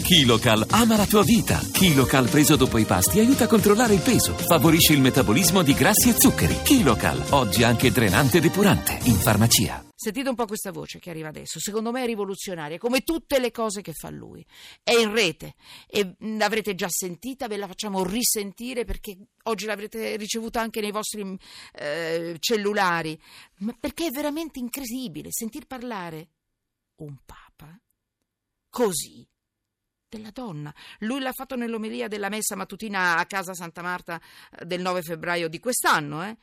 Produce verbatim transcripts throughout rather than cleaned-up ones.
KiloCal ama la tua vita. KiloCal preso dopo i pasti aiuta a controllare il peso, favorisce il metabolismo di grassi e zuccheri. KiloCal, oggi anche drenante e depurante, in farmacia. Sentite un po' questa voce che arriva adesso, secondo me è rivoluzionaria, come tutte le cose che fa lui. È in rete e l'avrete già sentita, ve la facciamo risentire perché oggi l'avrete ricevuta anche nei vostri eh, cellulari, ma perché è veramente incredibile sentir parlare un papa così della donna. Lui l'ha fatto nell'omelia della messa mattutina a Casa Santa Marta del nove febbraio di quest'anno, eh?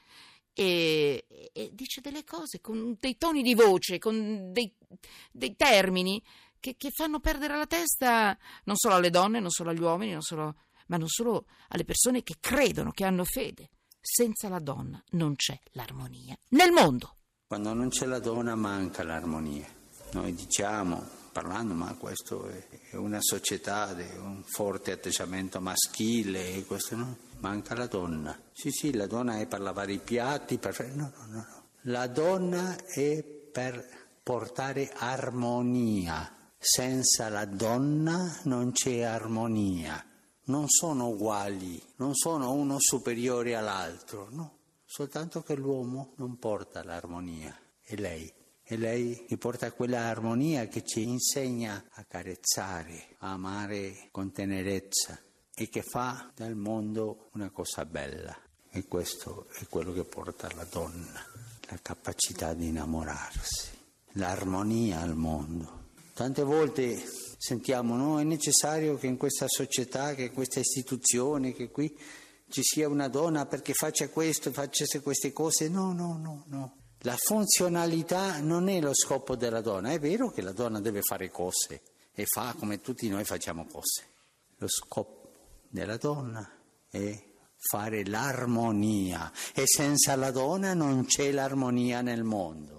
E, e dice delle cose con dei toni di voce, con dei, dei termini che, che fanno perdere la testa non solo alle donne, non solo agli uomini, non solo, ma non solo alle persone che credono, che hanno fede. Senza la donna non c'è l'armonia nel mondo. Quando non c'è la donna manca l'armonia. Noi diciamo, parlando, ma questo è una società di un forte atteggiamento maschile, e questo no? Manca la donna. Sì, sì, la donna è per lavare i piatti, per... no, no, no, no. La donna è per portare armonia. Senza la donna non c'è armonia. Non sono uguali, non sono uno superiore all'altro, no. Soltanto che l'uomo non porta l'armonia, è lei. E lei che porta quella armonia che ci insegna a carezzare, a amare con tenerezza e che fa dal mondo una cosa bella. E questo è quello che porta la donna, la capacità di innamorarsi, l'armonia al mondo. Tante volte sentiamo, no, è necessario che in questa società, che in questa istituzione, che qui ci sia una donna perché faccia questo, faccia queste cose. No, no, no, no. La funzionalità non è lo scopo della donna. È vero che la donna deve fare cose e fa come tutti noi facciamo cose. Lo scopo della donna è fare l'armonia e senza la donna non c'è l'armonia nel mondo.